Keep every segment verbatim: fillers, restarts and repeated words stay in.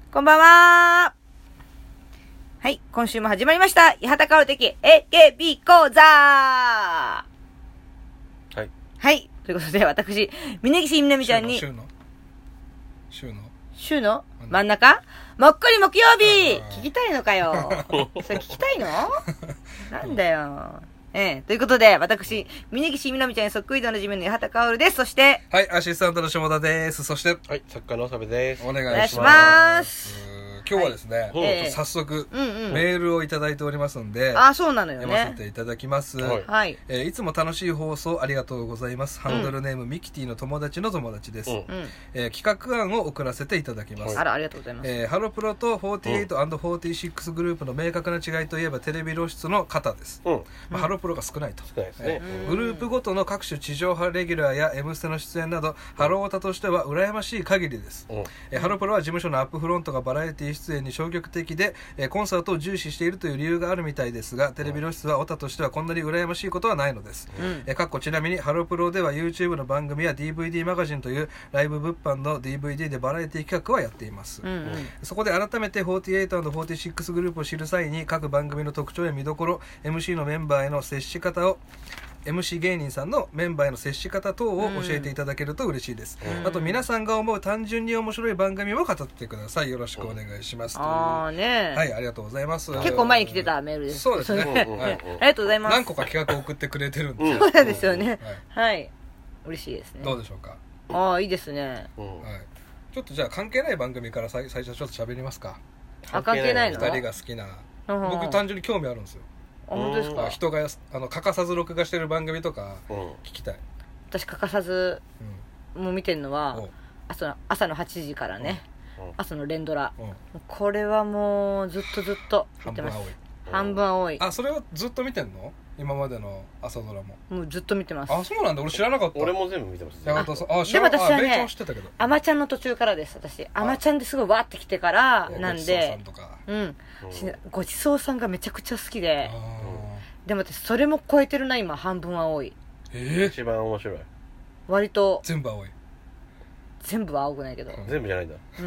こんばんは。はい、今週も始まりました。八幡薫的 エーケービー 講座。はい。はい、ということで私、峯岸みなみちゃんに。 週の週の週の真ん中もっこり木曜日聞きたいのかよ。それ聞きたいのなんだよ。ええ、ということで、私、峯岸みなみちゃんにそっくりと同じめの八幡薫です。そして、 はい、アシスタントの下田です。そして、 はい、作家の長部です。 お願いします。今日はですね、はい、早速、うんうん、メールをいただいておりますので、 あ、そうなのよね。 読ませていただきます。 はい。 えー、いつも楽しい放送ありがとうございます。ハンドルネーム、うん、ミキティの友達の友達です、うんえー。企画案を送らせていただきます。 あら、ありがとうございます。 えー、ハロプロとフォーティーエイトアンドフォーティーシックスグループの明確な違いといえばテレビ露出の方です。うんまあ、ハロプロが少ないと。 少ないですね。 えー、グループごとの各種地上波レギュラーや M ステの出演など、ハロータとしては羨ましい限りです。うんえー、ハロプロは事務所のアップフロントがバラエティ出演に消極的で、えー、コンサートを重視しているという理由があるみたいですが、テレビ露出はオタとしてはこんなに羨ましいことはないのです、うんえー、かっこちなみにハロプロでは YouTube の番組や ディーブイディー マガジンというライブ物販の ディーブイディー でバラエティ企画はやっています、うんうん、そこで改めてフォーティーエイトアンドフォーティーシックスグループを知る際に各番組の特徴や見どころ エムシー のメンバーへの接し方をエムシー 芸人さんのメンバーへの接し方等を教えていただけると嬉しいです、うん、あと皆さんが思う単純に面白い番組も語ってください。よろしくお願いします、うん、 あーねはい、ありがとうございます。 結構前に来てたメールです。 そうですね、はい、 ありがとうございます。 何個か企画を送ってくれてるんですよ、 そうなんですよね、はい、はい、嬉しいですね。 どうでしょうか。 ああ、いいですね、 はい、ちょっとじゃあ関係ない番組から最初ちょっと喋りますか。 あ、関係ないの。 ふたりが好きな、僕単純に興味あるんですよ。 あ、本当ですか。 人があの欠かさず録画してる番組とか聞きたい、うん、 私欠かさず、うん、もう見てるのは朝の、朝のはちじからね、うん、朝の連ドラ、うん、これはもうずっとずっと見てます。半分青い。 あ、それをずっと見てんの。今までの朝ドラももうずっと見てます。 あ、そうなんだ。俺知らなかった。 俺も全部見てます。 あ、あ、でも私はね、アマちゃんの途中からです。私アマちゃんですごいわーってきてからなんで、うん、ごちそうさんがめちゃくちゃ好きで、でも私それも超えてるな今。半分青い、 えー、一番面白い。 割と全部青い。 全部は青くないけど、 全部じゃないんだ、 うん、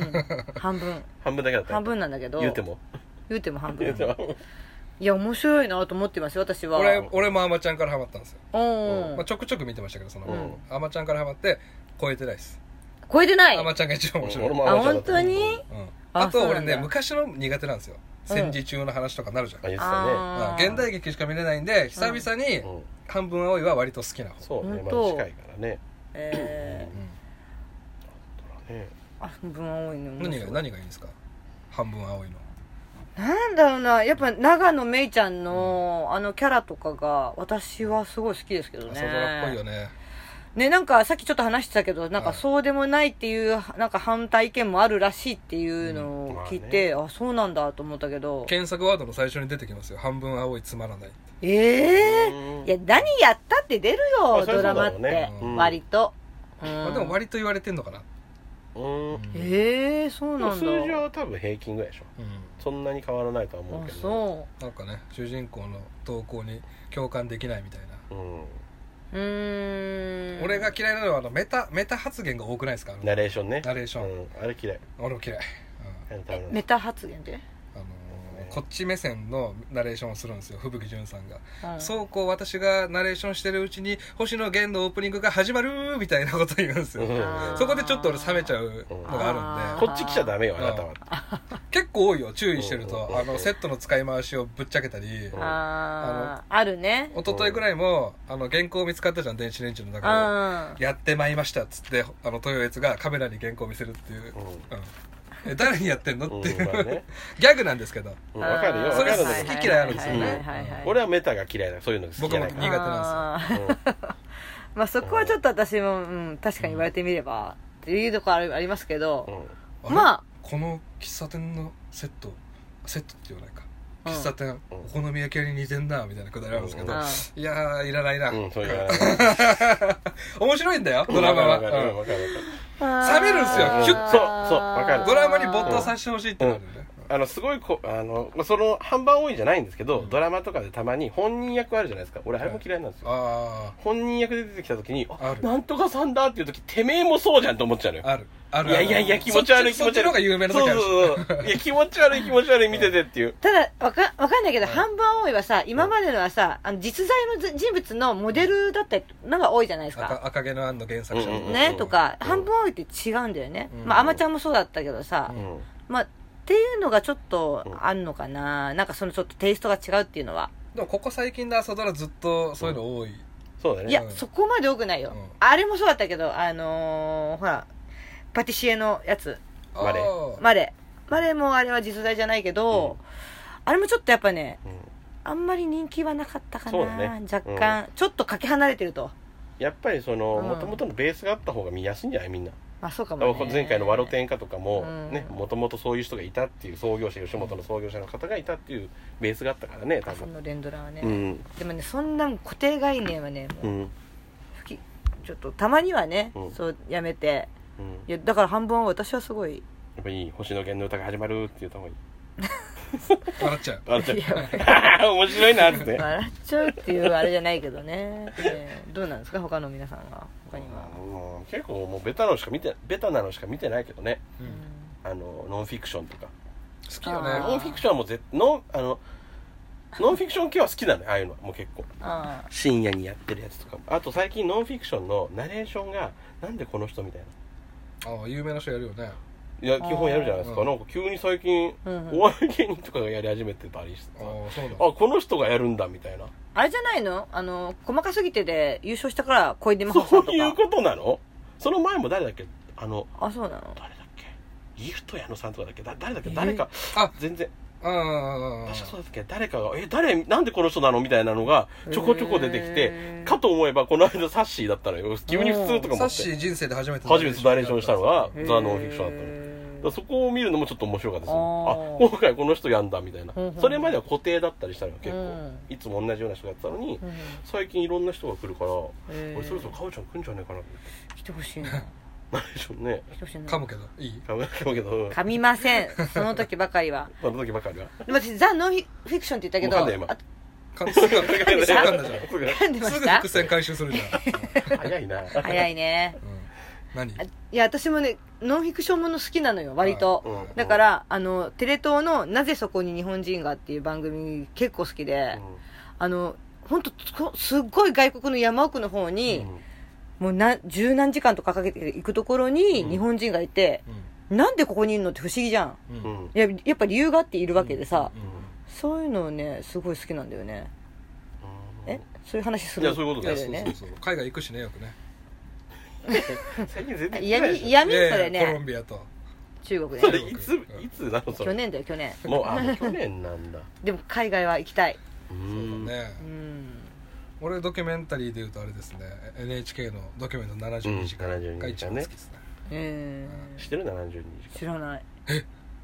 半分半分だけだった。 半分なんだけど、 言うても言うても半分いや、面白いなと思ってますよ私は。 俺, 俺もアマちゃんからハマったんですよ。 お、 まあ、ちょくちょく見てましたけど、その、うん、アマちゃんからハマって超えてないです。 超えてない。 アマちゃんが一番面白い、うん、 あ、本当に、うん、 あと俺ね、昔の苦手なんですよ。戦時中の話とかなるじゃん、うん、あ、現代劇しか見れないんで久々に半分青いは割と好きな方。 そうね、まあ、近いからね。 えー、うん、半分青いの何が何がいいんですか。半分青いのなんだろうな、やっぱ長野めいちゃんのあのキャラとかが私はすごい好きですけどね。 朝ドラっぽいよね。 ね、なんかさっきちょっと話してたけど、なんかそうでもないっていうなんか反対意見もあるらしいっていうのを聞いて、うん、まあね、あ、そうなんだと思ったけど、 検索ワードの最初に出てきますよ。半分青いつまらない。 ええー、いや何やったって出るよ、まあ、ドラマって、ね、うん、割と、 うん、まあ、でも割と言われてんのかな。 うん、ええー、そうなんだ。 数字は多分平均ぐらいでしょ、うん、そんなに変わらないとは思うけど、 あ、そうなんかね、主人公の投稿に共感できないみたいな、うん、 うーん、 俺が嫌いなのはあのメタメタ発言が多くないですか。 ナレーションね。 ナレーション、 うん、あれ嫌い。 俺も嫌い、 うん、メタ発言ってあのー、こっち目線のナレーションをするんですよ、吹雪純さんが、うん、そうこう私がナレーションしてるうちに星野源のオープニングが始まるみたいなことを言うんですよ、うん、そこでちょっと俺冷めちゃうのがあるんで、 こっち来ちゃダメよあなたは、 うん、結構多いよ、注意してると、うん、あのセットの使い回しをぶっちゃけたり、うん、 あ, あるね。 一昨日ぐらいもあの原稿見つかったじゃん、電子レンジの中で、やってまいりましたっつってあの豊悦がカメラに原稿を見せるっていう、うんうん、え誰にやってんのっていう、うん、まあね、ギャグなんですけど、 うん、分かるよ。 それ好き嫌いあるんですよね。 俺はメタが嫌いだ、そういうの好きじゃない。僕も苦手なんですよ、うん、 まあそこはちょっと私も、うん、確かに言われてみれば、うん、っていうところありますけど、うん、まあこの喫茶店のセットセットって言わないか、喫茶店、うん、お好み焼き屋に似てんなみたいなくだりあるんですけど、うん、いやーいらないな、うん、そういらない面白いんだよドラマは、うん、冷めるんですよ、ヒュッと。 そうそう、分かる。 ドラマに没頭させてほしいってなるんで、 あのすごいこあのその半分多いじゃないんですけど、うん、ドラマとかでたまに本人役あるじゃないですか。俺あれも嫌いなんですよ、はい、本人役で出てきた時にあなんとかさんだっていう時てめえもそうじゃんと思っちゃうのよ。 あるあるいやいやいや気持ち悪い気持ち悪い。そっちの方が有名な時あるし。そうそうそういや気持ち悪い気持ち悪い見ててっていう。 ただわかわかんないけど、はい、半分多いはさ今までのはさあの実在の人物のモデルだったりのが多いじゃないですか。 赤, 赤毛のアンの原作者のねとか、うん、半分多いって違うんだよね。うん、まああまちゃんもそうだったけどさ、うん、まあっていうのがちょっとあるのかな、うん、なんかそのちょっとテイストが違うっていうのは。 でもここ最近の朝ドラずっとそういうの多い、うん、 そうだね。 いや、うん、そこまで多くないよ、うん、あれもそうだったけどあのー、ほらパティシエのやつマレマレマレもあれは実在じゃないけど、うん、あれもちょっとやっぱね、うん、あんまり人気はなかったかな、ね、若干、うん、ちょっとかけ離れてると。 やっぱりそのもともとのベースがあった方が見やすいんじゃないみんな。 あそうかもね、 前回のワロテンカとかもねもともとそういう人がいたっていう創業者吉本の創業者の方がいたっていうベースがあったからね多分その連ドラはね、 うん、 でもねそんな固定概念はねもう、うん、ちょっとたまにはね、うん、そうやめて、うん、いやだから半分は私はすごいやっぱり星野源の歌が始まるって言った方がいい笑っちゃう笑っちゃう面白いなって笑っちゃうっていうあれじゃないけどね、えー、どうなんですか他の皆さんは。他にはもう結構もうベタなのしか見てベタなのしか見てないけどね、うん、あのノンフィクションとか好きよね。 ノンフィクションはもうぜノンあのノンフィクション系は好きなのよああいうのはもう結構あ深夜にやってるやつとか。あと最近ノンフィクションのナレーションがなんでこの人みたいなああ有名な人やるよね。 いや基本やるじゃないですか、うん、なんか急に最近、うん、お笑い芸人とかがやり始めてたりしてさ、あ, そうだあこの人がやるんだみたいな。 あれじゃないのあの細かすぎてで優勝したから小出真帆さんとか。 そういうことなの。その前も誰だっけあのあそうなの誰だっけギフト矢野さんとかだっけだ誰だっけ誰かあ全然あ確かそうだっけ誰かがえ誰なんでこの人なのみたいなのがちょこちょこ出てきてかと思えばこの間サッシーだったのよ。急に普通とか思ってサッシー人生で初めて初めてナレーションしたのがザ・ノンフィクションだったの。だそこを見るのもちょっと面白かったですよ。あ今回この人やんだみたいな、うんうん、それまでは固定だったりしたのよ結構、うん、いつも同じような人がやってたのに、うん、最近いろんな人が来るから俺そろそろかおちゃん来るんじゃないかなって来てほしいなナレーションね噛むけどいい噛むけど、うん、 噛みませんその時ばかりはその時ばかりはでも私ザ・ノンフィクションって言ったけど噛んで今すぐ噛んでたじゃん噛んでました。 すぐ伏線回収するじゃん早いな早いね、 うん何いや私もねノンフィクションもの好きなのよ割と、はいうん、だからあのテレ東のなぜそこに日本人がっていう番組結構好きで、うん、あの本当すっごい外国の山奥の方に、うん、もうな十何時間とかかけて行くところに日本人がいて、うん、なんでここにいるのって不思議じゃん、うん、や, やっぱ理由があっているわけでさ、うんうん、そういうのをねすごい好きなんだよね、うん、えそういう話する。 いやそういうことだよね。そうそうそう海外行くしねよくね最近全然嫌味嫌味それね。 コロンビアと中国で。 それいついつなのそれ。 去年だよ去年。 もうあもう去年なんだ。 でも海外は行きたい。 そうだね。うん俺ドキュメンタリーでいうとあれですね エヌエイチケー のドキュメントななじゅうにじかんが一番好きですね。 え知ってるななじゅうにじかん。 知らない。 え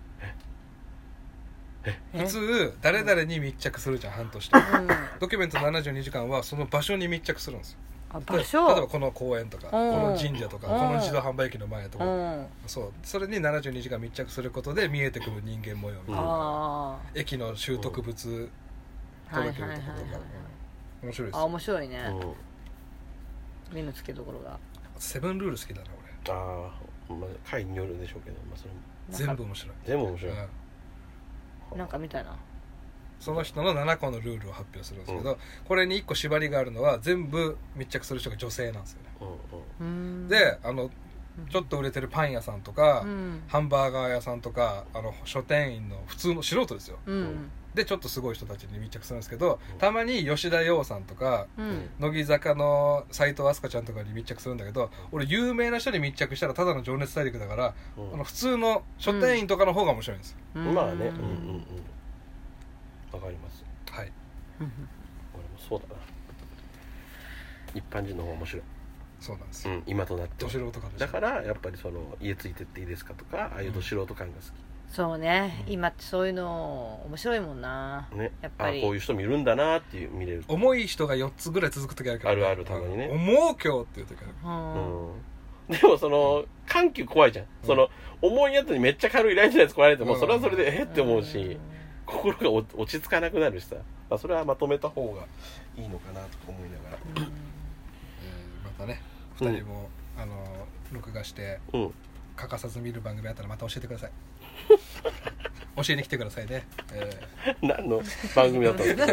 普通誰々に密着するじゃん半年と、うん、ドキュメントななじゅうにじかんはその場所に密着するんですよ。 場所例えばこの公園とかこの神社とかこの自動販売機の前とかそうそれにななじゅうにじかん密着することで見えてくる人間模様みたいな、うん、駅の習得物届けるところとか面白いです。 あ面白いね、うん、目の付けどころがセブンルール好きだな俺。ああ、まあ、回によるでしょうけど、まあ、それも全部面白い全部面白い、 うん、なんか見たいな。 その人のななこのルールを発表するんですけど、うん、これにいっこ縛りがあるのは全部密着する人が女性なんですよね、うんうん、であのちょっと売れてるパン屋さんとか、うん、ハンバーガー屋さんとかあの書店員の普通の素人ですよ、うん、でちょっとすごい人たちに密着するんですけど、うん、たまに吉田羊さんとか、うん、乃木坂の斎藤飛鳥ちゃんとかに密着するんだけど俺有名な人に密着したらただの情熱大陸だから、うん、あの普通の書店員とかの方が面白いんですよ、 うん、まあねうんうんうんわかります。 はい。 俺もそうだな。一般人の方が面白い。 そうなんですよ。 うん、今となって。 ど素人感だからやっぱりその家ついてっていいですかとか、ああいうど素人感が好き。 そうね、うん、今ってそういうの面白いもんな。ね。やっぱり。 あこういう人見るんだなっていう見れる。 重い人がよっつぐらい続く時あるから、ね。 あるあるたまにね。 重う今日っていう時ある。うん。 でもその緩急怖いじゃん、うん、その重いやつにめっちゃ軽いライトのやつ来られても、うん、それはそれでえって思うし、うん、心が落ち着かなくなるしさ、まあ、それはまとめた方がいいのかなと思いながら、うんえー、 またねふたりも、うん、あの録画して、うん、欠かさず見る番組あったらまた教えてください教えに来てくださいね、えー、何の番組だったんですか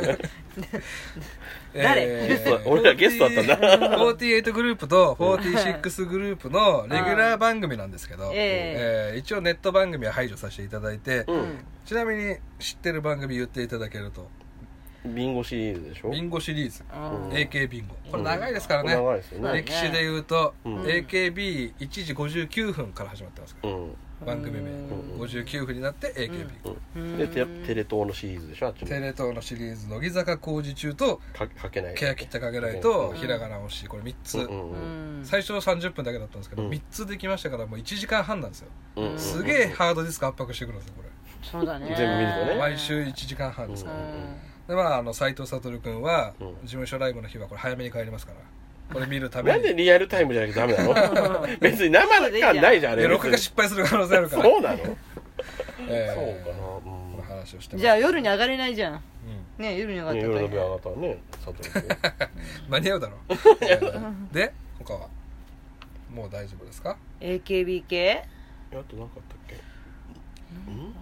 誰、 えー、ゲスト俺らゲストだったんだフォーティーエイトグループとフォーティーシックスグループのレギュラー番組なんですけど、えーえー、一応ネット番組は排除させていただいて、うん、ちなみに知ってる番組言っていただけるとビンゴシリーズでしょ。 ビンゴシリーズ、うん、エーケー ビンゴこれ長いですからね、 うん、長いですよね。 歴史で言うと、うん、エーケービーいちじごじゅうきゅうふんから始まってますから、うん、番組名、うん、ごじゅうきゅうふんになって エーケービー、 うんうん、でテレ東のシリーズでしょ。あっちもテレ東のシリーズ乃木坂工事中とかかけないけやきったかけないと、うん、ひらがな推しこれみっつ、うんうんうん、最初さんじゅっぷんだけだったんですけど、うん、みっつできましたからもういちじかんはんなんですよ、うんうん、すげえハードディスク圧迫してくるんですよこれ。 そうだね全部見るとね毎週いちじかんはんですから、うんうんうんでまあ、あの斉藤悟君は、うん、事務所ライブの日はこれ早めに帰りますからこれ見るためになんでリアルタイムじゃなきゃダメなの別に生感ないじゃんあれ録画失敗する可能性あるからそうなの、 えー、そうかな、うん、この話をしてます。 じゃあ夜に上がれないじゃん、うん、ね夜に上がったら、ね、 夜の部屋上がったらね間に合うだろで他はもう大丈夫ですか。 エーケービー 系あと何かあったっけ。 うん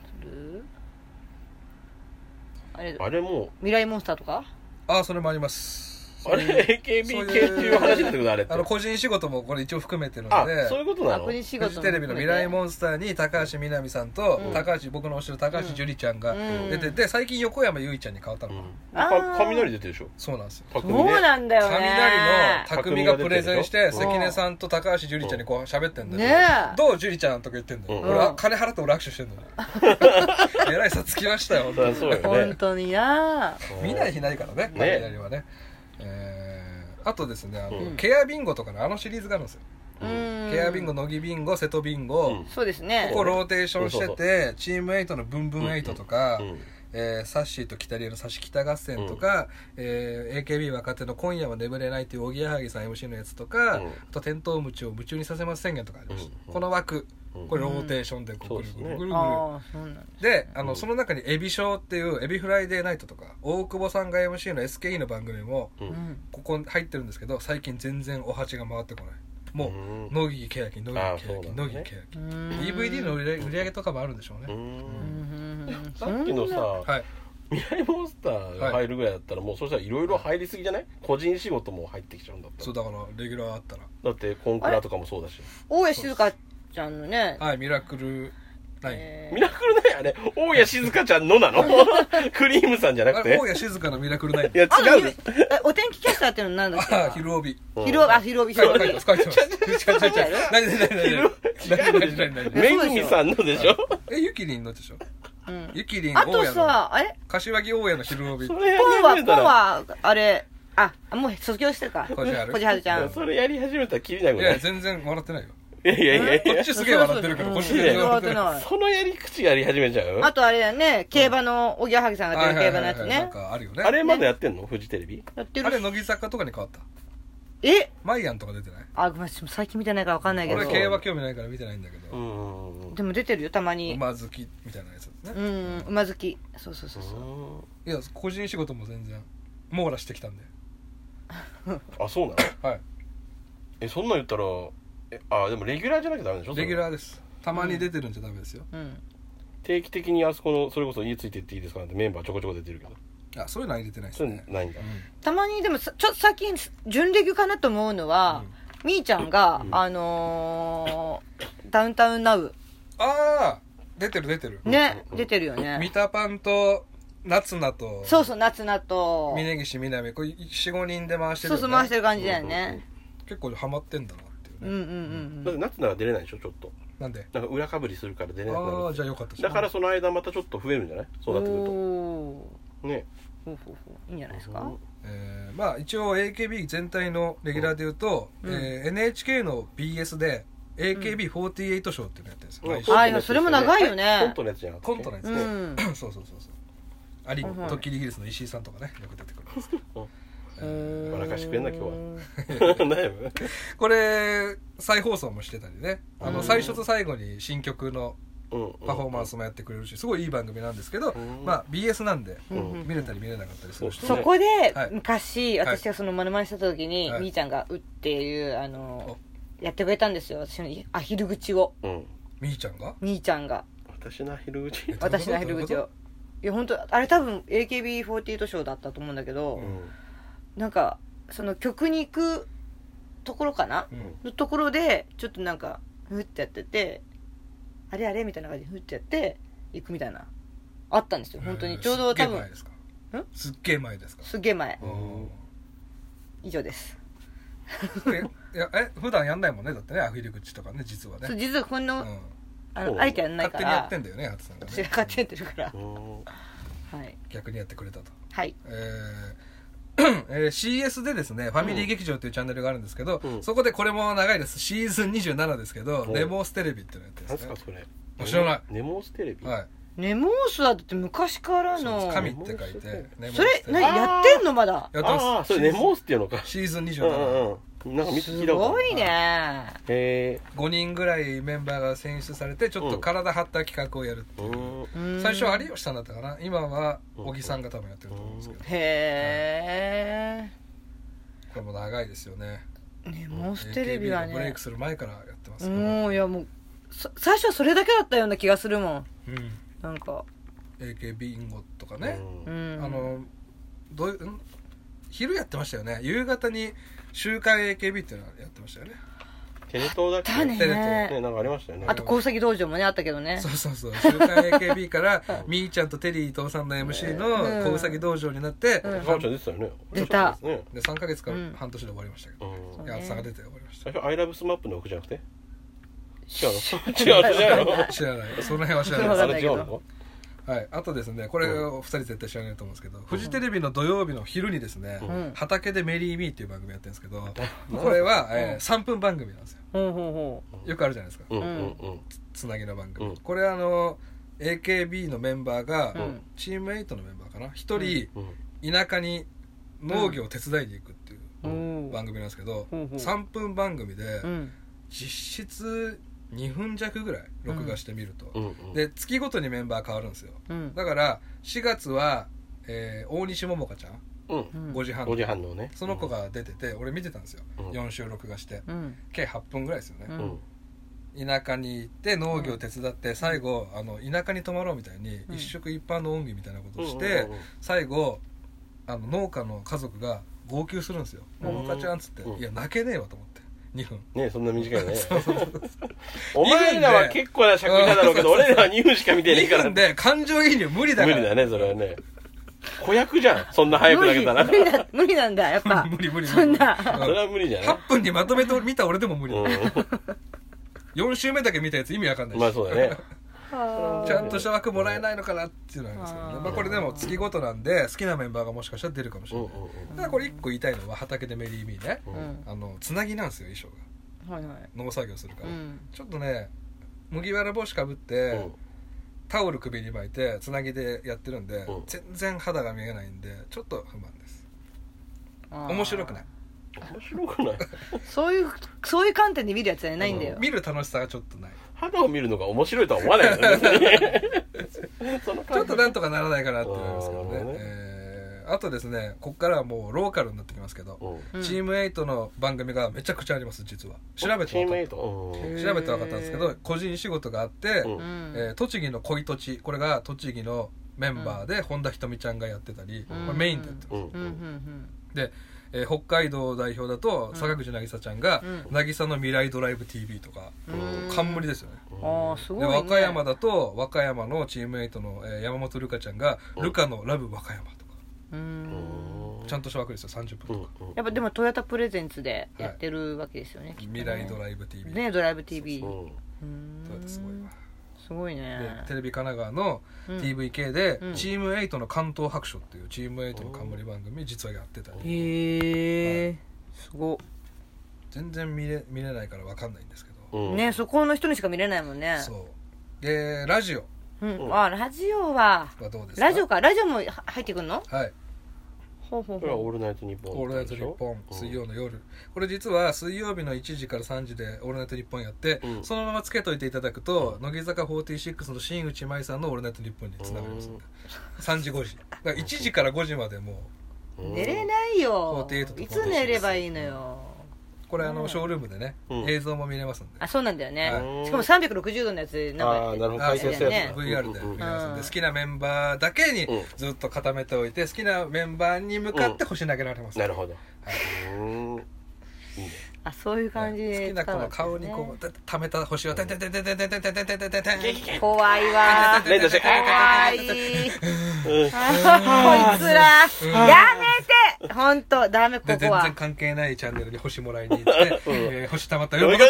あれあれもう未来モンスターとかああそれもあります。 あれ エーケービー 系っていう話だったけどあれってあの個人仕事もこれ一応含めてるのであそういうことなの。 個人仕事フジテレビの未来モンスターに高橋みなみさんと、うん、高橋僕の推しの高橋樹里ちゃんが出てて、うん、最近横山由依ちゃんに変わったのかな、 うん、雷出てるでしょ。 そうなんですよ。 そうなんだよね。 雷の匠がプレゼンして関根さんと高橋樹里ちゃんにこう喋ってんだよ、ね、どう樹里ちゃんとか言ってんだよ、うん、俺は金払って俺握手してんのにえらい差つきましたよ本当にそうよ、ね、 本当にな見ない日ないからね雷はね、えーあとですねあの、うん、ケアビンゴとかのあのシリーズがあるんですよ。ケアビンゴ、乃木ビンゴ、瀬戸ビンゴ、うん、 そうですね。 ここローテーションしてて、そうそうチームエイトのブンブンエイトとか、うんうんえー、サッシーとキタリエのサシキタ合戦とか、うんえー、エーケービー 若手の今夜は眠れないっていうおぎやはぎさん エムシー のやつとか、うん、あとテントウムチを夢中にさせます宣言とかありました、うん、この枠これローテーションでこうぐるぐるぐるぐる、うん、であの、うん、その中にエビショーっていうエビフライデーナイトとか大久保さんが エムシー の エスケーイー の番組も、うん、ここ入ってるんですけど最近全然お鉢が回ってこない。もう乃木けやき乃木けやき乃木けやき ディーブイディー の売り上げとかもあるんでしょうね。うんうんさっきのさ、はい未来モンスターが入るぐらいだったら、はい、もうそしたらいろいろ入りすぎじゃない。個人仕事も入ってきちゃうんだったら。 そうだからレギュラーあったらだってコンクラとかもそうだし大谷静香ちゃんのねはいミラクルない、 えー、ミラクルないあれ大谷静香ちゃんのなのクリームさんじゃなくて大谷静香のミラクルないいや違うでお天気キャスターっていうのなんだっけ。 あ昼帯昼帯あ昼帯昼帯書いてます書いてます違う違う違う何何何何何めぐみさんのでしょ。 えゆきりんのでしょ。うん、ゆきりんあとさあれ柏木大家の昼帯ポンはポンはあれあもう卒業してるかこじはるこじはるちゃんそれやり始めたらキリないもんね。 いや全然笑ってないよ。 いやいやいやこっちすげえ笑ってるけどこっち全然笑ってない。 そのやり口やり始めちゃう。 あとあれだよね競馬のおぎやはぎさんが出る競馬のやつね。 なんかあるよね。 あれまだやってんのフジテレビやってる。 あれ乃木坂とかに変わった。 えマイアンとか出てない。 あごめん最近見てないから分かんないけど俺競馬興味ないから見てないんだけどうんでも出てるよたまに馬好きみたいなやつね。 うん馬好きそうそうそうそういや個人仕事も全然網羅してきたんであそうなのはいえそんなん言ったらえあでもレギュラーじゃなきゃダメでしょ。 レギュラーです。たまに出てるんじゃダメですよ、うん、 定期的にあそこのそれこそ家ついてっていいですかなんてメンバーちょこちょこ出てるけどあそういうのは入れてないですね。 ないんだ、うん、 たまにでもちょっと最近準レギュかなと思うのは、うん、みーちゃんが、うん、あのー、ダウンタウンナウああ出てる出てるね、うん、出てるよね。 ミタパンと夏菜とそうそう夏菜と峯岸みなみこれ よん,ご 人で回してるよね。 そうそう回してる感じだよね、 うん、結構ハマってんだなっていうね。 うんうんうん、 だって夏菜は出れないでしょちょっとなんでなんか裏かぶりするから出れなくなる。 ああじゃあよかったです。 だからその間またちょっと増えるんじゃない。そうなってくるとねほうほうほういいんじゃないですか、うんえー、まあ一応 エーケービー 全体のレギュラーでいうと、うんえー、エヌエイチケー の ビーエス で エーケービーフォーティーエイト ショーっていうのやってるんですよ、 うん、ああそれも長いよね。 コントのやつじゃなくてコントのやつね、うん、そうそうそうそうアリドッキリギリスの石井さんとかねよく出てくるんですけど笑かしてくれんな今日は悩むこれ再放送もしてたりね、あの最初と最後に新曲のパフォーマンスもやってくれるし、すごいいい番組なんですけど、まあ ビーエス なんで見れたり見れなかったりする人、 そこで昔私がそのモノマネした時にみーちゃんが「う」っていうあのやってくれたんですよ、私のアヒル口を。 みーちゃんがみーちゃんが私のアヒル口私のアヒル口を。いや本当あれ多分 エーケービーフォーティーエイト ショーだったと思うんだけど、なんかその曲に行くところかな、のところでちょっとなんかふってやってて、あれあれみたいな感じでふってやって行くみたいなあったんですよ。本当にちょうど多分すっげえ前ですか？ すっげえ前。以上です。 いやえ普段やんないもんね、だってねアヒル口とかね、実はね。 実はこのあのあえてやんないから。 勝手にやってんだよね、ハツさんがね。 私が勝手にやってるから。はい。 逆にやってくれたと。 はい。 えーえー、シーエス でですね、ファミリー劇場というチャンネルがあるんですけど、うん、そこでこれも長いです、シーズンにじゅうななですけど、ネモーステレビっていうのやってるんですね。 何すかそれ？ 知らない。 ネモーステレビ？ はい。 ネモースはだって昔からの神って書いて、 それ何やってんのまだ？ やってます。 ああ、それネモースっていうのか。 シーズンにじゅうなな。うんうんなんか見すごいね。 へごにんぐらいメンバーが選出されてちょっと体張った企画をやるっていう、うん、最初は有吉さんだったかな、今は小木さんが多分やってると思うんですけど、 へえ、 これも長いですよね。 ネモーステレビはねエーケービー がブレイクする前からやってますから、 もういやもう最初はそれだけだったような気がするもん、 うん、 なんかエーケービー インゴとかね、 うん、 あのどういう昼やってましたよね、夕方に週刊 エーケービー っていうのやってましたよね。 テレ東だっけ？ だね。 テレ東ね、なんかありましたよね。 あと高崎道場もねあったけどね。 そうそうそう。週刊 エーケービー からみーちゃんとテリー伊藤さんの エムシー の小崎道場になって、 うん、さんちゃん出てたよね。 出た。 でさんかげつか半年で終わりましたけど、うん、いやさんが出て終わりました。 最初アイラブスマップの奥じゃなくて？違うの？違うの？違うの？ 知らない。その辺は知らない。 あれ違うの？ はい、あとですね、これをふたり絶対知らないと思うんですけど、うん、フジテレビの土曜日の昼にですね、うん、畑でメリーミーっていう番組やってるんですけど、うん、これは、えー、さんぷん番組なんですよ、うん、よくあるじゃないですか、うん、つ, つなぎの番組、うん、これはあの エーケービー のメンバーが、うん、チームエイトのメンバーかな、ひとり、うん、田舎に農業を手伝いに行くっていう番組なんですけど、うん、さんぷん番組で、うん、実質にふん弱ぐらい録画してみると、うん、で月ごとにメンバー変わるんですよ、うん、だからしがつは、えー、大西桃香ちゃん、うん、ごじはんのごじはんのね、 その子が出てて、俺見てたんですよ、うん、よん週録画して、うん、計はっぷんぐらいですよね、うん、田舎に行って農業手伝って、うん、最後あの田舎に泊まろうみたいに、うん、一食一飯の恩義みたいなことをして、うん、最後あの農家の家族が号泣するんですよ、うん、桃香ちゃんっつって、うん、いや泣けねえわと思ってにふんね、そんな短いねお前らは結構な尺だろうけど俺らはにふんしか見てねえからにふんで感情移入無理だから無理だねそれはね子役じゃんそんな早く投げたら無理だ無理なんだやっぱ無理無理そんなそれは無理じゃないはっぷんにまとめて見た俺でも無理だ、うん、よん週目だけ見たやつ意味わかんないし、 まあそうだねちゃんとした枠もらえないのかなっていうのなんですけどね、まあ、これでも月ごとなんで好きなメンバーがもしかしたら出るかもしれない、うんうんうん、だからこれいっこ言いたいのは畑でメリーミーね、うん、あのつなぎなんですよ衣装が、はいはい、農作業するから、うん、ちょっとね麦わら帽子かぶって、うん、タオル首に巻いてつなぎでやってるんで、うん、全然肌が見えないんでちょっと不満です。面白くない面白くないそういうそういう観点で見るやつじゃないんだよ、 うん、見る楽しさがちょっとない。 肌を見るのが面白いとは思わないよねちょっとなんとかならないかなって思いますけどね、えー、あとですねこっからはもうローカルになってきますけど、うん、チームエイトの番組がめちゃくちゃあります実は。調べて分かった調べて分かったんですけど個人仕事があって、うんえー、栃木の恋土地これが栃木のメンバーで、うん、本田ひとみちゃんがやってたり、うん、これメインでやってます、うんうん、でえー、北海道代表だと、うん、坂口渚ちゃんが、うん、渚の未来ドライブ ティーブイ とか、うん、冠ですよね。 あすごいね。 で和歌山だと和歌山のチームメイトの、えー、山本瑠香ちゃんが、うん、ルカのラブ和歌山とか、うん、ちゃんとした枠ですよさんじゅっぷんとか、うん、 やっぱでもトヨタプレゼンツでやってるわけですよね、はい、 未来ドライブ ティーブイねドライブ ティーブイそうトヨタすごいわすごいね。 でテレビ神奈川の ティーブイケー で、うん、チームエイトの関東白書っていうチームエイトの冠番組実はやってたり、 へえ、はい、すご全然見れ、見れないから分かんないんですけど、 うん、ねそこの人にしか見れないもんね。 そうでラジオ、 うん、あラジオははどうですか。 ラジオかラジオも入ってくんの。 はいほうほうほう。 これはオールナイトニッポン。 オールナイトニッポン水曜の夜、これ実は水曜日のいちじからさんじでオールナイトニッポンやって、うん、そのままつけといていただくと、うん、乃木坂フォーティーシックスの新内舞さんのオールナイトニッポンにつながりますんで、うん、さんじごじだからいちじからごじまでもう寝れないよ。いつ寝ればいいのよ。 これあのショールームでね、うん、映像も見れますんで。 あ、そうなんだよね、はい、しかもさんびゃくろくじゅうどのやつなんか、 あ、なるほど、解説やつ、 ね、ブイアール で見れますんで、うん、好きなメンバーだけにずっと固めておいて、好きなメンバーに向かって星投げられます、 うん、なるほど、はい、 うんいいね。あ、そういう感じで、 ね、好きなこの顔にこう溜めた星をテンテンテンテンテンテンテンテンテンテンテンテンテン怖いわー。連打して怖い。こいつらやめて。本当ダメ。ここは全然関係ないチャンネルに星もらいに行って、星溜まったよ。怖い。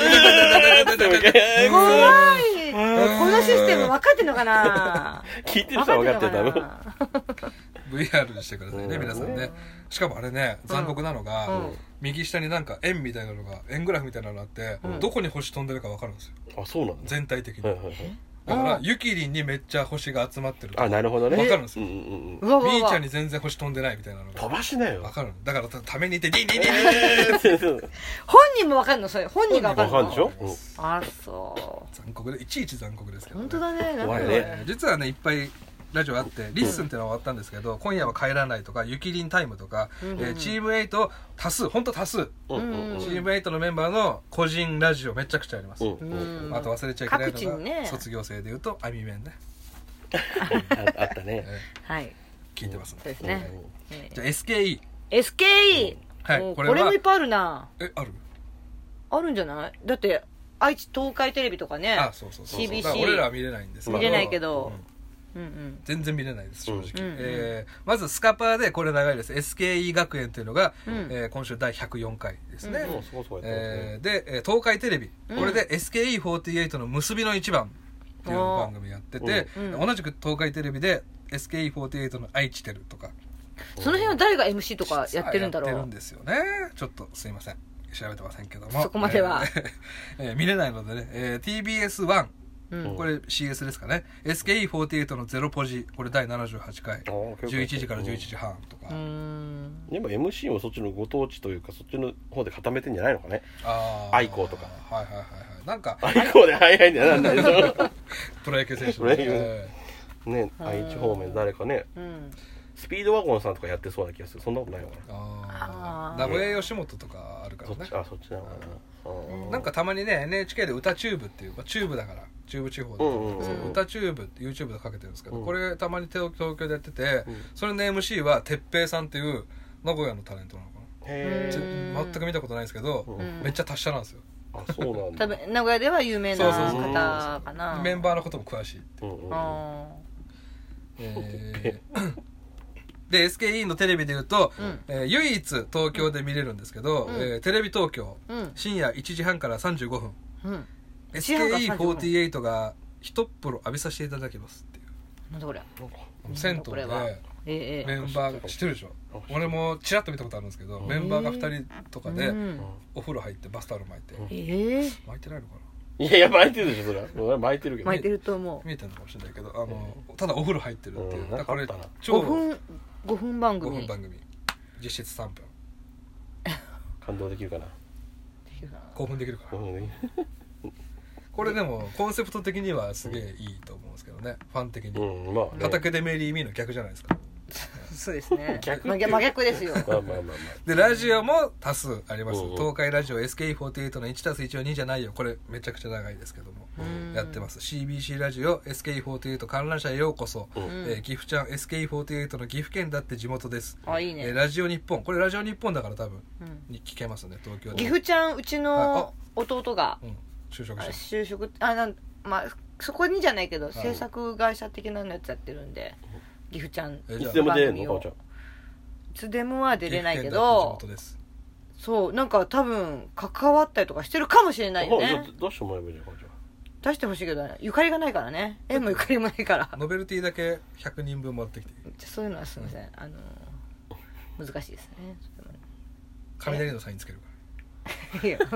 このシステム分かってんのかな。 聞いてる人は分かってるだろう。 ブイアール にしてくださいね、皆さんね。しかもあれね、残酷なのが、右下になんか円みたいなのが、円グラフみたいなのがあって、どこに星飛んでるか分かるんですよ。 あ、そうなんだ。 全体的に。だからゆきりんにめっちゃ星が集まってる。 あ、なるほどね。 分かるんですよ。みーちゃんに全然星飛んでないみたいなのが飛ばしなよ。 分かる。だからためにいてディンディンディンディン。 本人も分かるの？それ本人が分かるの？ 分かるでしょ。 あ、そう。 残酷でいちいち残酷ですけど。 本当だね。 怖いね。実はねいっぱいラジオあってリッスンっていうのは終わったんですけど、今夜は帰らないとかゆきりんタイムとか、チームエイト多数、本当多数、チームエイトのメンバーの個人ラジオめちゃくちゃあります。あと忘れちゃいけないのが卒業生でいうとアミメンね。 あったね。 はい、聞いてますね。 そうですね。 じゃあ エスケーイーエスケーイー、はい、これもいっぱいあるな。 え、あるあるんじゃない？だって愛知東海テレビとかね。 あ、そうそうそう。 シービーシー俺らは見れないんですけど、 見れないけど、うんうん、 全然見れないです正直、うんうんえー、まずスカパーでこれ長いです。 エスケーイー 学園というのが、うんえー、今週だいひゃくよんかいですね、うんえー、で東海テレビ、これで エスケーイーフォーティーエイト の結びの一番っていう番組やってて、うん、同じく東海テレビで エスケーイーフォーティーエイト の愛知テルとか、 その辺は誰が エムシー とかやってるんだろう。 やってるんですよね。ちょっとすいません調べてませんけども、 そこまでは、 えーえー、見れないのでね、えー、ティービーエスワンうん、これ シーエス ですかね。 エスケーイーフォーティーエイト のゼロポジ、これだいななじゅうはちかい、じゅういちじからじゅういちじはんとか。 でも エムシー もそっちのご当地というかそっちの方で固めてんじゃないのかね。あ愛好とか、 はいはいはいはい、なんか愛好で早いんだよ。なんだよプロ野球選手のね、 ね、愛知方面誰かね、うん、スピードワゴンさんとかやってそうな気がする。そんなことないのかな。あ名古屋吉本とかあるからね。 そっち、あ、そっちなのかな。なんかたまにね エヌエイチケー で歌チューブっていう、まあ、チューブだから中部地方で、うんうんうん、歌チューブって YouTube でかけてるんですけど、うん、これたまに東京でやってて、うん、それの エムシー は哲平さんっていう名古屋のタレントなのかな。へー、全く見たことないんですけど、うん、めっちゃ達者なんですよ。 あ、そうなんだ。 多分名古屋では有名な方かな。 メンバーのことも詳しいって、うんうん、あえーで エスケーイー のテレビでいうと、うんえー、唯一東京で見れるんですけど、うんえー、テレビ東京、うん、深夜いちじはんからさんじゅうごふん、うん、エスケーイーフォーティーエイト が一っ風呂浴びさせていただきますっていう。 なんだこれ。 銭湯でメンバーが知ってるでしょ。俺もチラッと見たことあるんですけど、メンバーがふたりとかでお風呂入ってバスタオル巻いて、えー、巻いてないのかな。 いやいや巻いてるでしょそれ。俺巻いてるけど。 巻いてると思う。 見えてるのかもしれないけど、あのただお風呂入ってるっていう。だからこれ超ごふんごふん番組。 ごふん番組。実質さんぷん。 感動できるかな。 興奮できるかな。これでもコンセプト的にはすげえいいと思うんですけどね。ファン的に。うん、まあね、畑でメリーミーの逆じゃないですか。 そうですね。逆真逆ですよ。まあまあまあまあ。 でラジオも多数あります。うんうん、東海ラジオ エスケーイーフォーティーエイト のいちたすいちはにじゃないよ。これめちゃくちゃ長いですけどもやってます。シービーシー ラジオ エスケーイーフォーティーエイト 観覧車へようこそ、うんえー、岐阜ちゃん エスケーイーフォーティーエイト の岐阜県だって地元です。 あいいね。 えー、ラジオ日本これラジオ日本だから多分、うん、に聞けますね東京で。 岐阜ちゃんうちの弟が、 うん、就職して就職あなんまあそこにじゃないけど、はい、制作会社的なのやつやってるんで岐阜ちゃんいつでも出れるの？いつでもは出れないけどそうなんか多分関わったりとかしてるかもしれないよね。 出してもらえばいいじゃん。 出してほしいけど、ね、ゆかりがないからね。縁もゆかりもないからノベルティだけひゃくにんぶん持ってきて。 そういうのはすみません、あの難しいですね。 雷のサインつけるからいや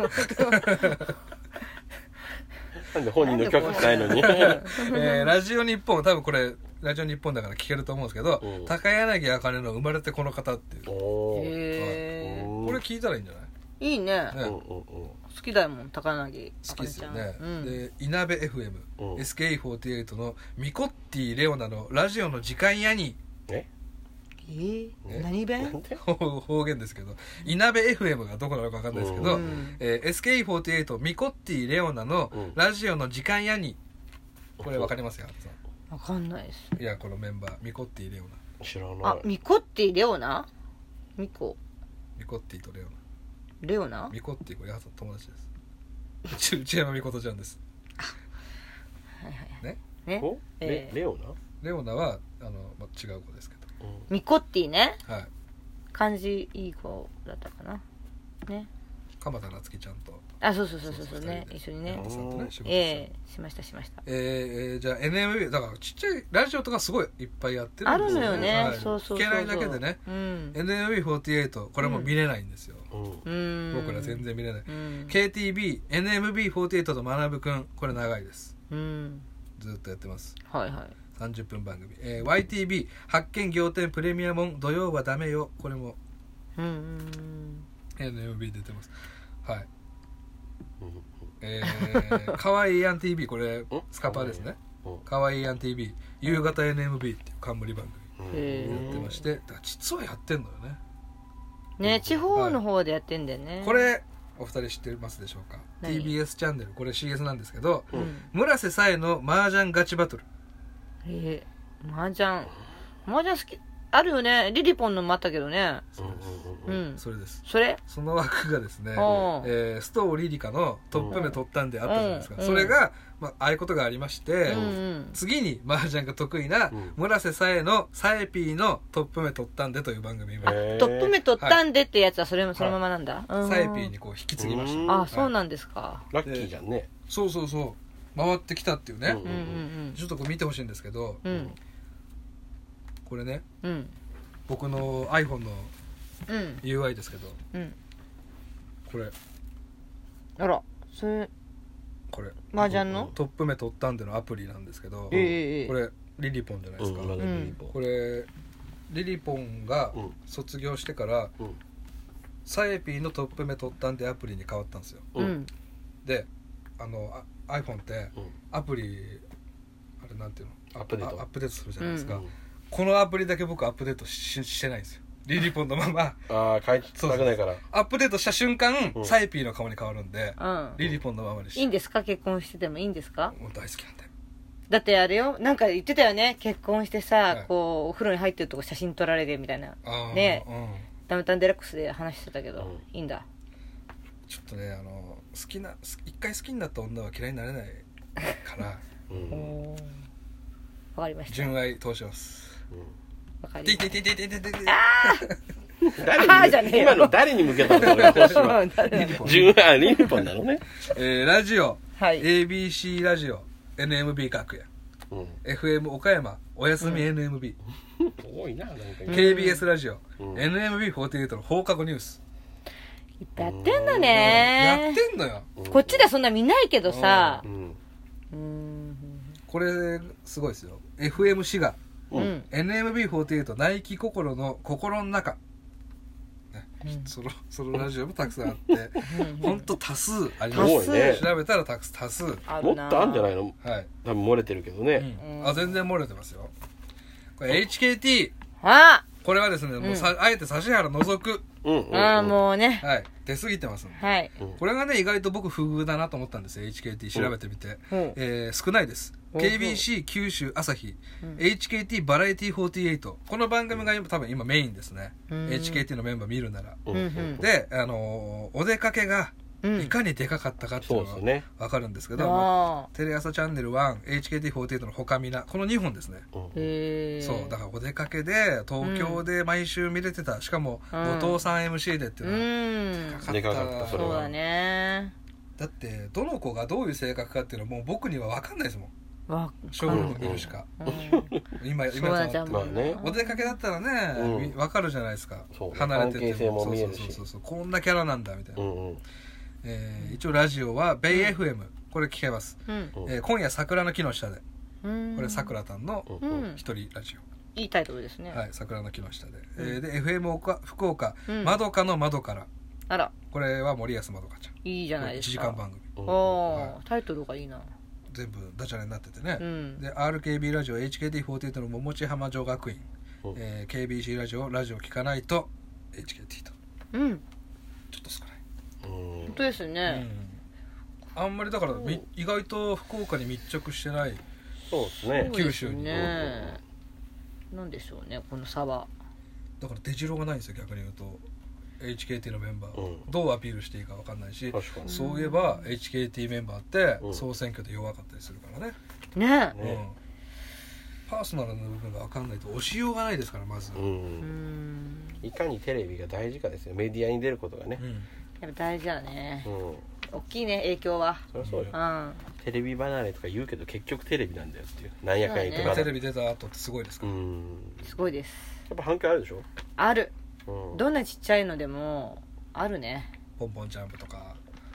なんで本人の許可ないのに、 えー、ラジオ日本多分これラジオ日本だから聞けると思うんですけど、うん、高柳茜の生まれてこの方っていうおへー、はい、これ聞いたらいいんじゃないいい ね, ね、うんうんうん、好きだもん高柳好きですよね、うん、でいなべ エフエム、うん、エスケーフォーティーエイト のミコッティレオナのラジオの時間やにええーね、何弁方言ですけどいなべ エフエム がどこなのか分かんないですけど、うんえー、エスケーフォーティーエイト ミコッティレオナのラジオの時間やに、うん、これ分かりますよ分かんないです。 いやこのメンバーミコッティレオナ知らない。 あミコッティレオナミコミコッティとレオナレオナミコッティこれ友達です内山美琴ちゃんですはいはいねねえー、レ, レオナレオナはあの、ま、違う子ですけど、 うん、ミコッティねはい漢字いい子だったかなね鎌田夏希ちゃんとあそうそうそうそうそうね一緒にねええー、しましたしましたえー、じゃあ エヌエムビー だからちっちゃいラジオとかすごいいっぱいやってるんですよねあるのよね、 はい、 そうそうそう聞けないだけでね、うん、エヌエムビーフォーティーエイト これも見れないんですよ、うん、僕ら全然見れない、うん、ケーティービー エヌエムビーフォーティーエイト と学ぶくんこれ長いです、うん、ずっとやってますはいはいさんじゅっぷん番組、えー、ワイティービー 発見仰天プレミアム土曜はダメよこれも、うんうん、エヌエムビー 出てますはい、えー、かわいいアン ティービー これスカパーですねかわいいアン ティービー 夕方 エヌエムビー っていう冠番組やってましてだから実はやってんのよねね地方の方でやってんだよね、 はい、これお二人知ってますでしょうか ティービーエス チャンネルこれ シーエス なんですけど、うん、村瀬紗恵の麻雀ガチバトルえー、麻雀麻雀好きあるよねリリポンのもあったけどねそうです、うん、それですそれその枠がですね、えー、ストーリリカのトップ目取ったんであったじゃないですか、うん、それが、まあああいうことがありまして、うん、次に麻雀が得意な村瀬紗恵のサエピーのトップ目取ったんでという番組あトップ目取ったんでってやつはそれもそのままなんだ、 はい、サエピーにこう引き継ぎました。 あそうなんですか、はい、ラッキーじゃんねそうそうそう回ってきたっていうね、うんうんうん、ちょっとこう見てほしいんですけど、うん、これね、うん、僕の iPhone の ユーアイ ですけど、うん、これあらそれこれ麻雀のトップ目取ったんでのアプリなんですけど、えー、これリリポンじゃないですか、うん、これリリポンが卒業してから、うん、サエピーのトップ目取ったんでアプリに変わったんですよ、うん、であの iPhone ってアプリあれなんていうのアップデートアップデートするじゃないですか、うん、このアプリだけ僕アップデート し, してないんですよリリポンのままああ変えたくないからアップデートした瞬間、うん、サイピーの顔に変わるんで、うん、リリポンのままにしていいんですか結婚しててもいいんですかもう大好きなんでだってあれよなんか言ってたよね結婚してさ、はい、こうお風呂に入ってるとこ写真撮られてみたいなね、うん、ダウンタウンデラックスで話してたけど、うん、いいんだちょっとねあの好きな一回好きになった女は嫌いになれないからうんわかりました純愛通しますわかりました誰に今の誰に向けたの俺星は純愛リリポンなのね、 えー、ラジオ、はい、エービーシー ラジオ エヌエムビー 楽屋、うん、エフエム 岡山おやすみ エヌエムビー、 うん、多いななんかケービーエス ラジオ、うん、エヌエムビーフォーティーエイト の放課後ニュースいっぱいやってんだねやってんのよこっちではそんな見ないけどさ、うんうん、これすごいですよ エフエム 滋賀、うん、エヌエムビーフォーティーエイト ナイキ心の心の中、ねうん、ソロソロラジオもたくさんあってほんと多数あります、ね、調べたら多数もっとあるんじゃないの、はい、多分漏れてるけどね、 うん、あ全然漏れてますよこれ エイチケーティーあこれはですね、もうさ、うん、あえて指原除く、 うんうんうん、ああもうねはい出過ぎてますんで、 はい、 これがね意外と僕不遇だなと思ったんですよ エイチケーティー 調べてみて、うんえー、少ないです、うん、ケービーシー 九州朝日、うん、エイチケーティー バラエティフォーティーエイトこの番組が今多分今メインですね、うん、エイチケーティー のメンバー見るなら、うん、で、あのー、お出かけがいかにでかかったかっていうのが分かるんですけど、うん、テレ朝チャンネルいち エイチケーティーフォーティーエイト のほかみなこのにほんですね、うん、そうだからお出かけで東京で毎週見れてた、うん、しかも後藤さん エムシー でっていうのはでかかった、 うん、そうだねだってどの子がどういう性格かっていうのはもう僕には分かんないですもんショールーム見るしか、うん、今今とまあねお出かけだったらね、うん、分かるじゃないですか、 ね、 離れててもそうそうそうそうこんなキャラなんだみたいな、うんうんえー、一応ラジオはベイ エフエム、うん、これ聞けます、うんえー、今夜桜の木の下でこれさくらたんの一人ラジオ、 いいタイトルですね。 はい、桜の木の下で、うん、えー、で エフエム 岡福岡、うん、まどかの窓から、 あら、 これは森保まどかちゃん、 いいじゃないですか。 いちじかん番組、 お、はい、タイトルがいいな。 全部ダジャレになっててね、 うん、 で アールケービー ラジオ エイチケーティーフォーティーエイト の桃地浜女学院、えー、ケービーシー ラジオラジオ聞かないと エイチケーティー と、うん、ちょっと少ない。 本当ですね、 うん、あんまりだから意外と福岡に密着してない。 そうですね、 九州にね、なんでしょうねこの差は。だから出城がないんですよ逆に言うと。エイチケーティー のメンバーをどうアピールしていいか分かんないし、うん、そういえば エイチケーティー メンバーって総選挙で弱かったりするからね。 ねえ、うん、パーソナルの部分が分かんないと押しようがないですからまず、うん、 いかにテレビが大事かですよ。メディアに出ることがね、うん、 やっぱ大事だね、うん、大きいね影響は。 そりゃそうよ、うん、テレビ離れとか言うけど結局テレビなんだよっていう。なんやかんや言ってまだテレビ出た後ってすごいですか。うん、 すごいです。 やっぱ反響あるでしょ。 ある、うん、どんなちっちゃいのでもあるね。 ポンポンジャンプとか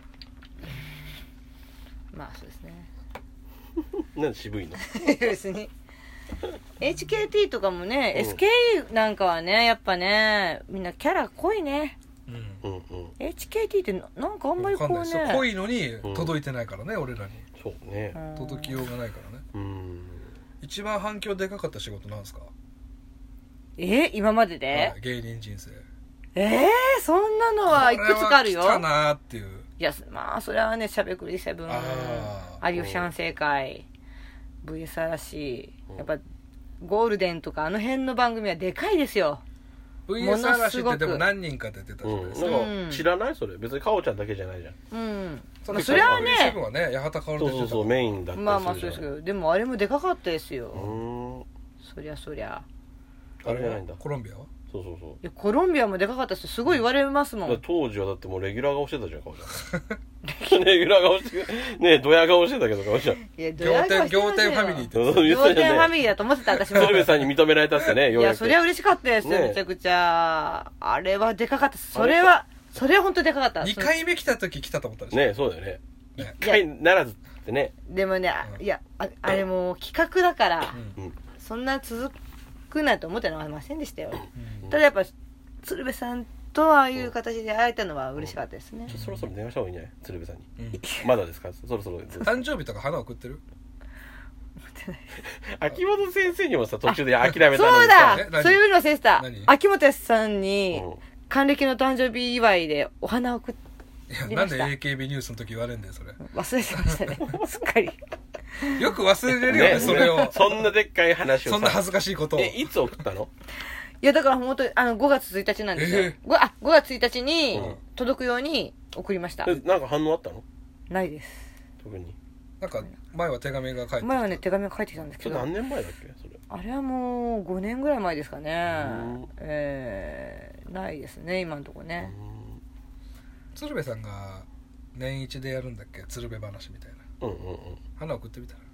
まあそうですねなんで渋いの別にエイチケーティー とかもね、うん、エスケー なんかはねやっぱねみんなキャラ濃いね、うんうんうん、エイチケーティー ってなんかあんまりこうね濃いのに届いてないからね、うん、俺らに。 そうね、 届きようがないからね。うん、一番反響でかかった仕事なんですか。 え今までで、 はい、芸人人生。 えー、そんなのはいくつかあるよ。 これは来たなーっていう。 いやまあそれはねしゃべくりセブン、有吉反省会、 ブイエス 嵐、やっぱゴールデンとかあの辺の番組はでかいですよ。 ブイエス 嵐ってでも何人か出てたじゃないですか、 うん、知らないそれ別にかおちゃんだけじゃないじゃん。うん、 それはね、 セブンはね八幡薫出てた。 そうそうそうメインだったりするじゃん。 まあまあそうですけどでもあれもでかかったですよ。うん、そりゃそりゃ。 あれじゃないんだ。 コロンビアは。 そうそうそう。いやコロンビアもでかかったですすごい言われますもん。 当時はだってもうレギュラー顔してたじゃんかおちゃんレギュラー顔してねドヤ顔してたけどかおちゃん。いやドヤ顔して仰天ファミリーって仰天ファミリーだと思ってた私も。 鶴瓶さんに認められたってね。 いやそれは嬉しかったですよ、ね、めちゃくちゃあれはでかかった。それはそれは本当でかかった。 にかいめ来た時来たと思ったでしょ。 ねそうだよね。いっかいならずってね。 でもね、うん、いや あ, あれも企画だから、うん、そんな続くなと思ってませんでしたよ、うん、ただやっぱ鶴瓶さんとああいう形で会えたのは嬉しかったですね、 うん、そろそろ電話した方がいいんじゃない鶴瓶さんに、うん、まだですかそろそろ誕生日とか花送ってる秋元先生にもさ途中で諦めたのそうだそういうの先生だ秋元さんに還暦の誕生日祝いでお花を送っていやなんで エーケービー ニュースの時言われんだよそれ。 忘れてましたねすっかりよく忘れれるよね、ねそれを。 そんなでっかい話をそんな恥ずかしいことを。 えいつ送ったの。 いやだから本当にあのごがつついたちなんですよ、えー、ご, あごがつついたちに届くように送りました、 うん、なんか反応あったの。 ないです特に。 なんか前は手紙が書いて前はね手紙が書いてきたんですけど。 それ何年前だっけそれ。あれはもうごねんぐらい前ですかね。えー、ないですね今のところね。 鶴瓶さんが年一でやるんだっけ鶴瓶話みたいな、うんうんうん、花送ってみたら。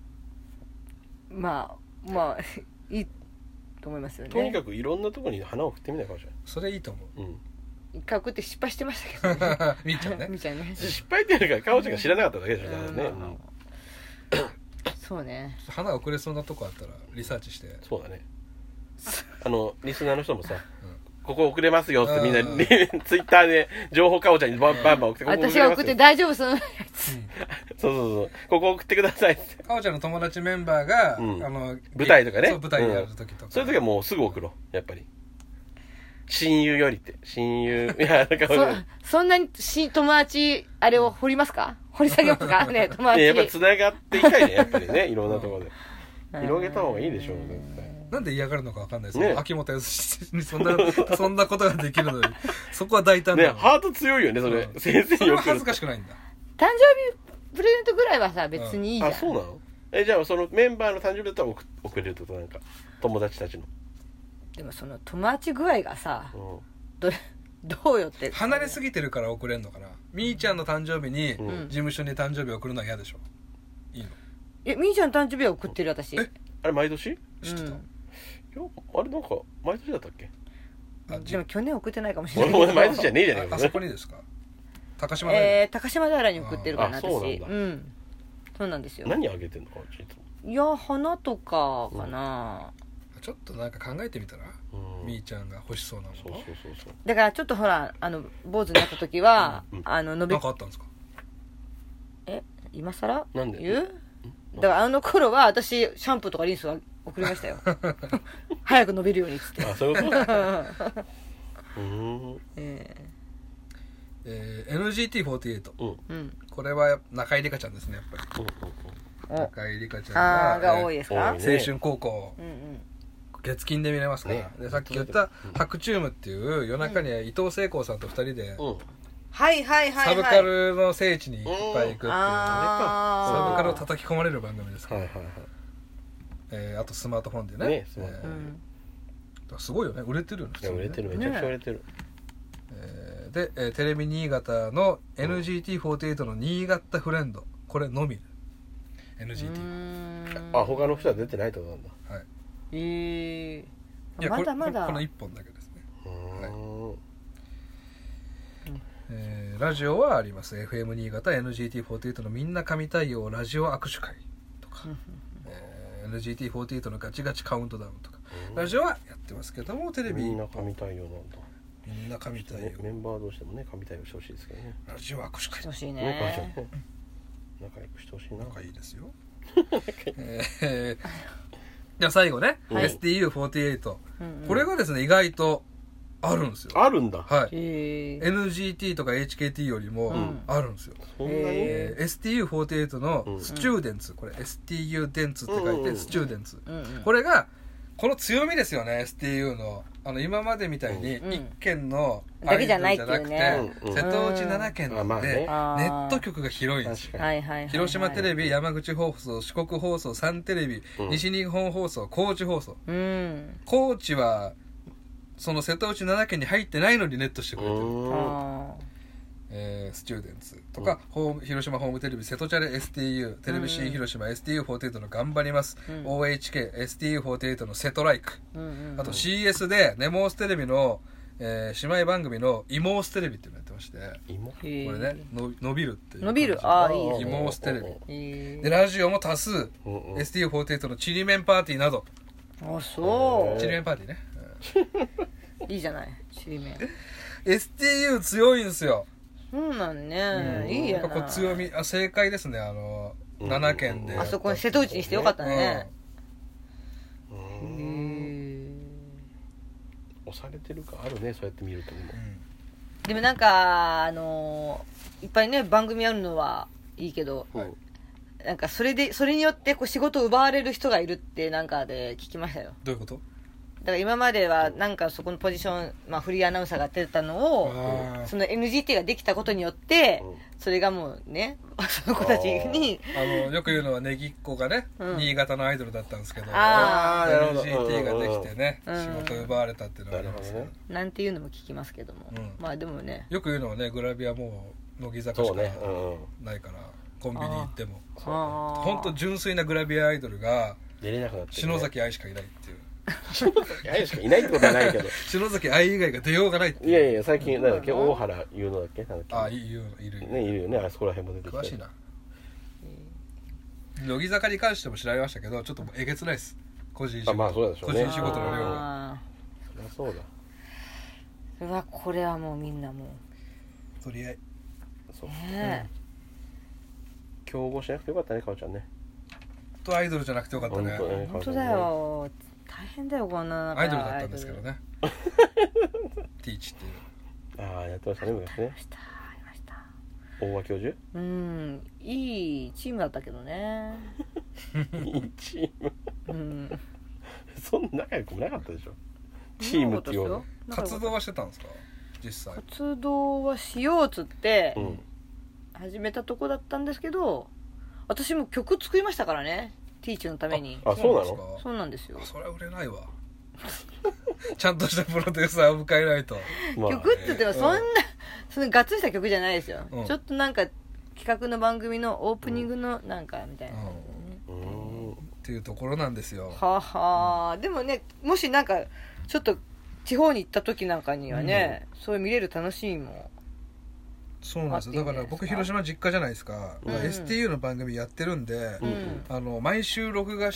まあまあいいと思いますよね。 とにかくいろんなところに花を送ってみないかもしれない。 それいいと思う、うん、 一回送って失敗してましたけどねみーちゃんねみーちゃんね失敗っていうかかおちゃんが知らなかっただけでしょ、うんねうん、 そうね。 花送れそうなとこあったらリサーチして。 そうだねあのリスナーの人もさ、うんここ送れますよってみんなツイッターで情報かおちゃんにバンバンバン送って私が送って大丈夫そのやつ、 うん、そうそうそうここ送ってくださいってかおちゃんの友達メンバーが、うん、あの舞台とかねそう舞台やる時とか、 うん、そういう時はもうすぐ送ろうやっぱり親友よりって親友いやなんかそ, そんなにし友達あれを掘りますか掘り下げますかね友達やっぱつながっていきたいねやっぱりねいろんなところで広げた方がいいでしょう絶対。 なんで嫌がるのか分かんないですけど、ね、秋元康にそんなそんなことができるのにそこは大胆なねハート強いよねそれ、うん、先生によくそれは恥ずかしくないんだ。 誕生日プレゼントぐらいはさ別にいいじゃん、うん、 あそうなの。えじゃあそのメンバーの誕生日だったら送送れるってことなんか友達たちの。 でもその友達具合がさ、うん、ど, どうよって、ね、 離れすぎてるから送れんのかな。みーちゃんの誕生日に、うん、事務所に誕生日送るのは嫌でしょ。いいの。 えみーちゃんの誕生日は送ってる私。 えあれ毎年知ってた、うんいやあれなんか毎年だったっけ。 あでも去年送ってないかもしれない俺毎年じゃねえじゃねえか。 あ, あそこにですか高島平、 えー、高島平に送ってるかな私。 そうなんだ、 うんそうなんですよ。 何あげてんのかいつもいや花とかかな、 うん、ちょっとなんか考えてみたら、うん、みーちゃんが欲しそうなもの。そうそうそうそう。だからちょっとほらあの坊主になった時は、うん、あの伸びなんかあったんですか？ え今更なんで言う？だからあの頃は私シャンプーとかリンスは送りましたよ早く伸びるようにっつって。 あ、そういうことうん、 えーえー、エヌジーティーフォーティーエイト、うん、これは中井梨花ちゃんですね、やっぱり、うん、中井梨花ちゃんが、 あが多いですか、 えー、青春高校、うんうん、月金で見れますから、ね、でさっき言ったハクチュームっていう夜中に伊藤聖子さんとふたりで、うん、 はいはいはい、はい、 サブカルの聖地にいっぱい行くっていう、うん、サブカルを叩き込まれる番組ですから、はいはいはい、えー、あとスマートフォンでね、ね、えーうん、すごいよね、売れてるよね、 いや売れてる、めちゃくちゃ売れてる、ね、 えー、で、えー、テレビ新潟の エヌジーティーフォーティーエイト の新潟フレンド、これのみ エヌジーティー、 あ、他の人は出てないってことなんだ。 はい、 えー、 いやまだまだ こ, このいっぽんだけですね。はい、えー、ラジオはあります。 エフエム 新潟 エヌジーティーフォーティーエイト のみんな神対応ラジオ握手会とかえー、エヌジーティーフォーティーエイト のガチガチカウントダウンとかラジオはやってますけども、テレビみんな神対応なんだ。 みんな神対応、ね、 メンバー同士でもね神対応してほしいですけどね。 ラジオ握手会してほしいね。 ね仲良くしてほしいな。 仲いいですよえー、じゃあ最後ね、はい、エスティーユーフォーティーエイト、うんうん、これがですね意外とあるんですよ。 あるんだ。 はい。エヌジーティー とか エイチケーティー よりもあるんですよ。 そんなに、 えー、エスティーユーフォーティーエイト のスチューデンツ、うん、これ エスティーユー デンツって書いてスチューデンツ、うんうん、これがこの強みですよね。 エスティーユー のあの今までみたいに一軒のアイドルじゃなくて、瀬戸内ななけんなんでネット局が広いんですよ。広島テレビ、山口放送、四国放送、サンテレビ、うん、西日本放送、高知放送、うん、高知はその瀬戸内ななけんに入ってないのにネットしてくれてる、えー、スチューデンツとか、うん、ホーム広島ホームテレビ瀬戸チャレ エスティーユー テレビ C 広島、うん、エスティーユーフォーティーエイト の頑張ります、うん、オーエイチケー エスティーユーフォーティーエイト のセトライク、うんうんうん、あと シーエス でネモーステレビの、えー、姉妹番組のイモーステレビっていうのやってまして、これねの伸びるっていう伸びる、ああいいイモーステレビでラジオも多数、うんうん、エスティーユーフォーティーエイト のちりめんパーティーなど。 あ、そうちりめんパーティーね、 うん、いいじゃないちりめんエスティーユー 強いんですよ。 そうなんね、うん、いいやな。 こう強み、あ、正解ですね。あの、うん、ななけんで、 あそこに瀬戸内にしてよかったね。 うん、へー、押されてるかあるね、そうやって見るとでも、うん、 でもなんかあのー、いっぱいね番組あるのはいいけど、はい、なんかそれでそれによってこう仕事を奪われる人がいるってなんかで聞きましたよ。 どういうこと？ だから今まではなんかそこのポジション、まあ、フリーアナウンサーがやってたのをその エヌジーティー ができたことによってそれがもうねその子たちにあのよく言うのはネギっ子がね、うん、新潟のアイドルだったんですけど エヌジーティー ができてね、うん、仕事を奪われたっていうのがありますね、 うん、なんていうのも聞きますけども、うん、まあでもねよく言うのはねグラビアもう乃木坂しかないから、ね、うん、コンビニ行っても本当純粋なグラビアアイドルが出れなくなって、ね、 篠崎愛しかいないっていう篠崎愛しかいないってことはないけど篠崎愛以外が出ようがないっていう。 いやいや最近なんだっけ大原優乃だっけなんだっけ。 あ、いるいるね、いるよね、あそこら辺も出てきて詳しいな。乃木坂に関しても知られましたけどちょっともうえげつないです。個人仕事、 あ、まあそうでしょうね、 個人仕事の量が。 そりゃそうだ。 うわ、これはもうみんなもう取り合い。 そうね、 うん、競合しなくてよかったね、かおちゃんね。 とアイドルじゃなくてよかったね。 本当だよ、大変だよこんな。 アイドルだったんですけどねティーチっていう、 ああやってましたね昔ね。 ありました、ありました。 大和教授、 うん、いいチームだったけどねいいチーム、うん、そんな仲良くもなかったでしょ。チームっていうの活動はしてたんですか実際。 活動はしようっつって始めたとこだったんですけど、私も曲作りましたからね、ティーチのために。 ああ、そうなの。 そうなんですよ。 それは売れないわちゃんとしたプロデューサーを迎えないと、 まあ、曲って言ってもそんな、うん、そのガッツリした曲じゃないですよ、うん、ちょっとなんか企画の番組のオープニングのなんかみたいな、 うんうん、っていうところなんですよ。 はは、うん、でもね、もしなんかちょっと地方に行った時なんかにはね、うん、そういう見れる楽しみもそうなんですよ。だから僕広島実家じゃないですか、うん、エスティーユー の番組やってるんで、うん、あの毎週録画して、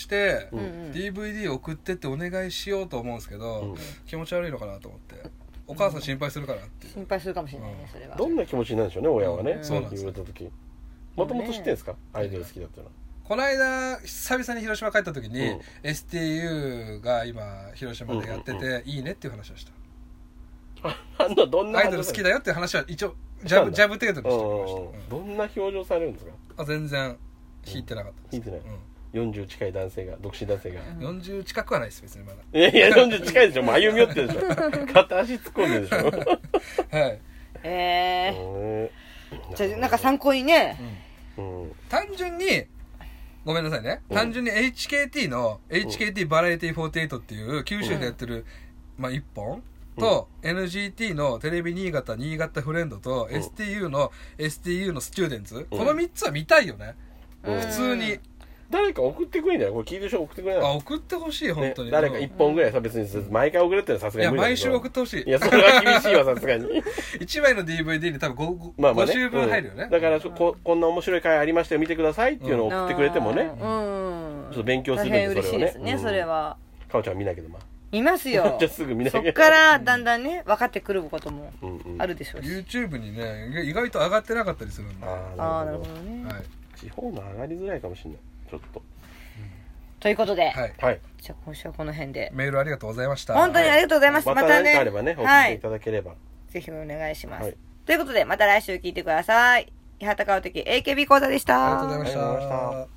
うん、ディーブイディー 送ってってお願いしようと思うんですけど、うん、気持ち悪いのかなと思ってお母さん心配するからって心配するかもしれないね、それは。 どんな気持ちなんでしょうね、親はね、うん、 そうなんですよ。もともと知ってんですか、アイドル好きだったの。 この間久々に広島帰った時に、うん、エスティーユー が今広島でやってて、うんうんうん、いいねっていう話をした。 あのどんなアイドル好きだよっていう話は一応ジャブジャブ程度にしてきました、 うん、どんな表情されるんですか。 あ、全然引いてなかったです。 引いてない、うん、よんじゅう近い男性が、独身男性が、 うん、よんじゅう近くはないです別にまだ。 いやいやよんじゅう近いでしょ、もう歩み寄ってるでしょ片足突っ込んでるでしょはいえー、じゃあなんか参考にね、 うんうん、単純にごめんなさいね、うん、単純に エイチケーティー の エイチケーティー バラエティフォーティエイトっていう九州でやってる、うん、まあいっぽんと、うん、エヌジーティー のテレビ新潟新潟フレンドと、うん、エスティーユー の エスティーユー のスチューデンツ、うん、このみっつは見たいよね、うん、普通に。 誰か送ってくれんだよ、これ聞いてる人送ってくれない。 あ、送ってほしい本当に、ね、 誰かいっぽんぐらいさ、別に毎回送れってのはさすがに無理だけど。 いや毎週送ってほしい。 いやそれは厳しいわさすがにいちまいの ディーブイディー に多分 5, まあまあ、ね、 ご週分入るよね、 うん、だからここんな面白い回ありましたよ見てくださいっていうのを送ってくれてもね、うん、ちょっと勉強するんで、それをね。大変嬉しいですね、うん、それは。かおちゃん見ないけどまあ見ますよじゃあすぐ見ないけど、 そっからだんだんね分かってくることもあるでしょうし、 うんうん、YouTube にね意外と上がってなかったりするんで。 ああなるほどね、はい、地方の上がりづらいかもしれないちょっと、 ということで、 はい、 じゃあ今週はこの辺で。 メールありがとうございました。 本当にありがとうございます、はい、またね、 また何かあればね送っていただければ、はい、 ぜひお願いします、はい、ということでまた来週聞いてください。八幡川的 エーケービー 講座でした。 ありがとうございました。